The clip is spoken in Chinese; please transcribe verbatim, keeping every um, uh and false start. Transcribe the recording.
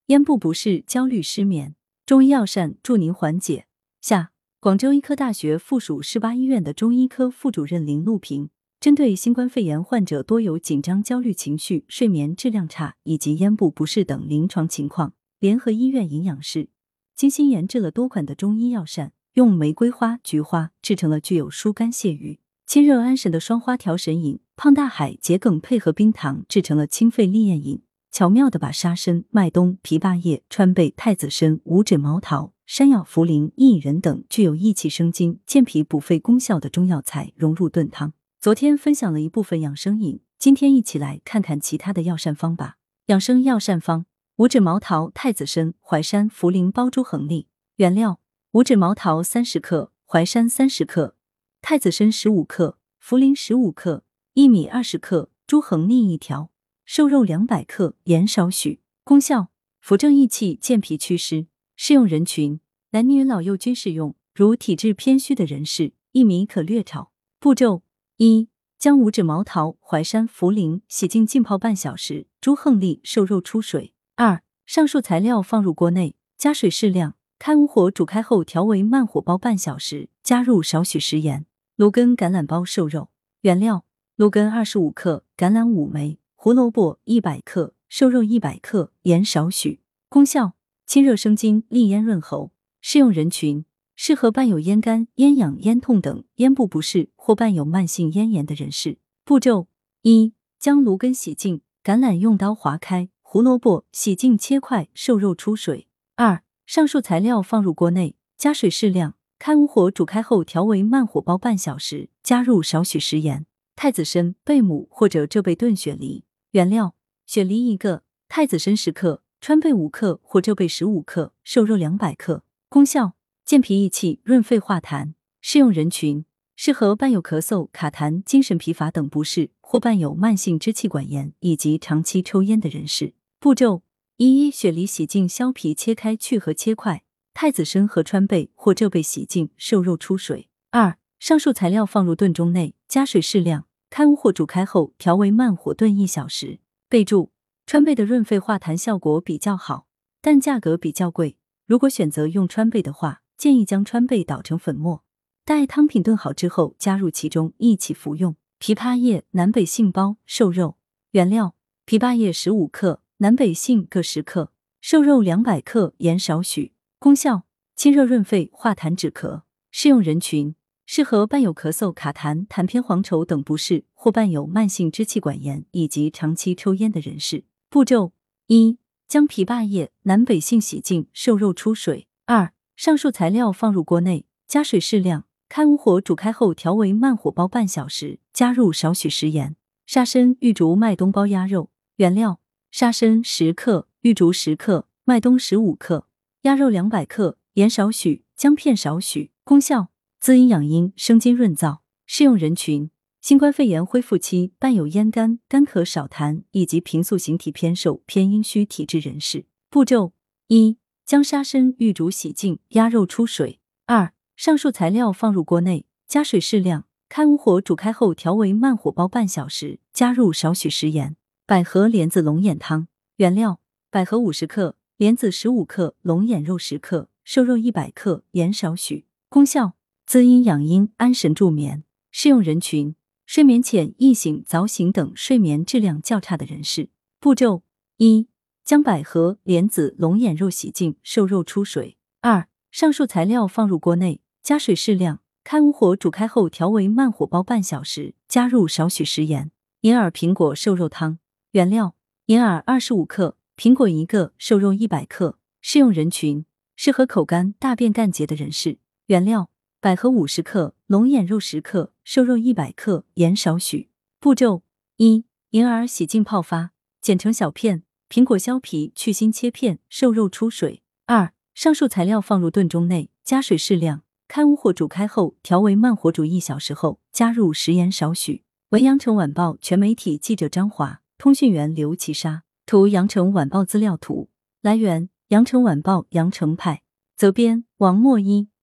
咽部不适、焦虑、失眠，中医药膳助您缓解。下，广州医科大学附属市八医院的中医科副主任林路平，针对新冠肺炎患者多有紧张、焦虑情绪、睡眠质量差以及咽部不适等临床情况，联合医院营养室精心研制了多款的中医药膳，用玫瑰花、菊花制成了具有疏肝泻郁、清热安神的双花调神饮。胖大海、桔梗配合冰糖制成了清肺利咽饮，巧妙地把沙参、麦冬、枇杷叶、川贝、太子参、五指毛桃、山药、茯苓、薏仁等具有益气生津、健脾补肺功效的中药材融入炖汤。昨天分享了一部分养生饮，今天一起来看看其他的药膳方吧。养生药膳方：五指毛桃、太子参、淮山、茯苓煲猪横粒。原料：五指毛桃三十克，淮山三十克，太子参十五克，茯苓十五克，薏米二十克，猪横粒一条，瘦肉两百克，盐少许。功效：扶正益气，健脾祛湿。适用人群：男女老幼均适用，如体质偏虚的人士，薏米可略炒。步骤：一、将五指毛桃、淮山、茯苓洗净浸泡半小时，猪横粒瘦肉出水。二、上述材料放入锅内，加水适量，开无火煮开后调为慢火煲半小时，加入少许食盐。芦根橄榄煲瘦肉。原料：芦根二十五克，橄榄五枚，胡萝卜一百克，瘦肉一百克，盐少许。功效：清热生津，利咽润喉。适用人群：适合伴有咽干、咽痒、咽痛等咽部不适或伴有慢性咽炎的人士。步骤：一、将芦根洗净，橄榄用刀划开，胡萝卜洗净切块，瘦肉出水。二、上述材料放入锅内，加水适量，开无火煮开后调为慢火煲半小时，加入少许食盐。太子参、贝母或者浙贝炖雪梨。原料：雪梨一个，太子参十克，川贝五克或浙贝十五克，瘦肉两百克。功效：健脾益气，润肺化痰。适用人群：适合伴有咳嗽、卡痰、精神疲乏等不适或伴有慢性支气管炎以及长期抽烟的人士。步骤：一、雪梨洗净削皮切开去核切块，太子参和川贝或浙贝洗净，瘦肉出水。二、上述材料放入炖盅内，加水适量，开无火煮开后调为慢火炖一小时。备注：川贝的润肺化痰效果比较好，但价格比较贵。如果选择用川贝的话，建议将川贝捣成粉末，待汤品炖好之后加入其中一起服用。枇杷叶南北杏煲瘦肉。原料：枇杷叶十五克，南北杏各十克，瘦肉两百克，盐少许。功效：清热润肺，化痰止咳。适用人群：适合伴有咳嗽、卡痰、痰偏黄稠等不适或伴有慢性支气管炎以及长期抽烟的人士。步骤：一、将枇杷叶、南北杏洗净，瘦肉出水。二、上述材料放入锅内，加水适量，开无火煮开后调为慢火煲半小时，加入少许食盐。沙参、玉竹、麦冬煲鸭肉。原料：沙参十克，玉竹十克，麦冬十五克，鸭肉两百克，盐少许，姜片少许。功效：滋阴养阴，生津润燥。适用人群：新冠肺炎恢复期，伴有咽干、干咳少痰以及平素形体偏瘦、偏阴虚体质人士。步骤：一、将沙参、玉竹洗净，鸭肉出水。二、上述材料放入锅内，加水适量，开无火煮开后调为慢火煲半小时，加入少许食盐。百合莲子龙眼汤。原料：百合五十克，莲子十五克，龙眼肉十克，瘦肉一百克，盐少许。功效：滋阴养阴，安神助眠。适用人群：睡眠浅、易醒、早醒等睡眠质量较差的人士。步骤：一、将百合、莲子、龙眼肉洗净，瘦肉出水。二、上述材料放入锅内，加水适量，开无火煮开后调为慢火煲半小时，加入少许食盐。银耳苹果瘦肉汤。原料：银耳二十五克，苹果一个，瘦肉一百克。适用人群：适合口干、大便干结的人士。原料：百合五十克，龙眼肉十克，瘦肉一百克，盐少许。步骤：一、银耳洗净泡发，剪成小片；苹果削皮去心切片，瘦肉出水。二、上述材料放入炖盅内，加水适量，开无火煮开后调为慢火煮一小时后，加入食盐少许。文阳城晚报全媒体记者张华，通讯员刘其莎，图羊城晚报资料图。来源：羊城晚报羊城派，责编：王墨一。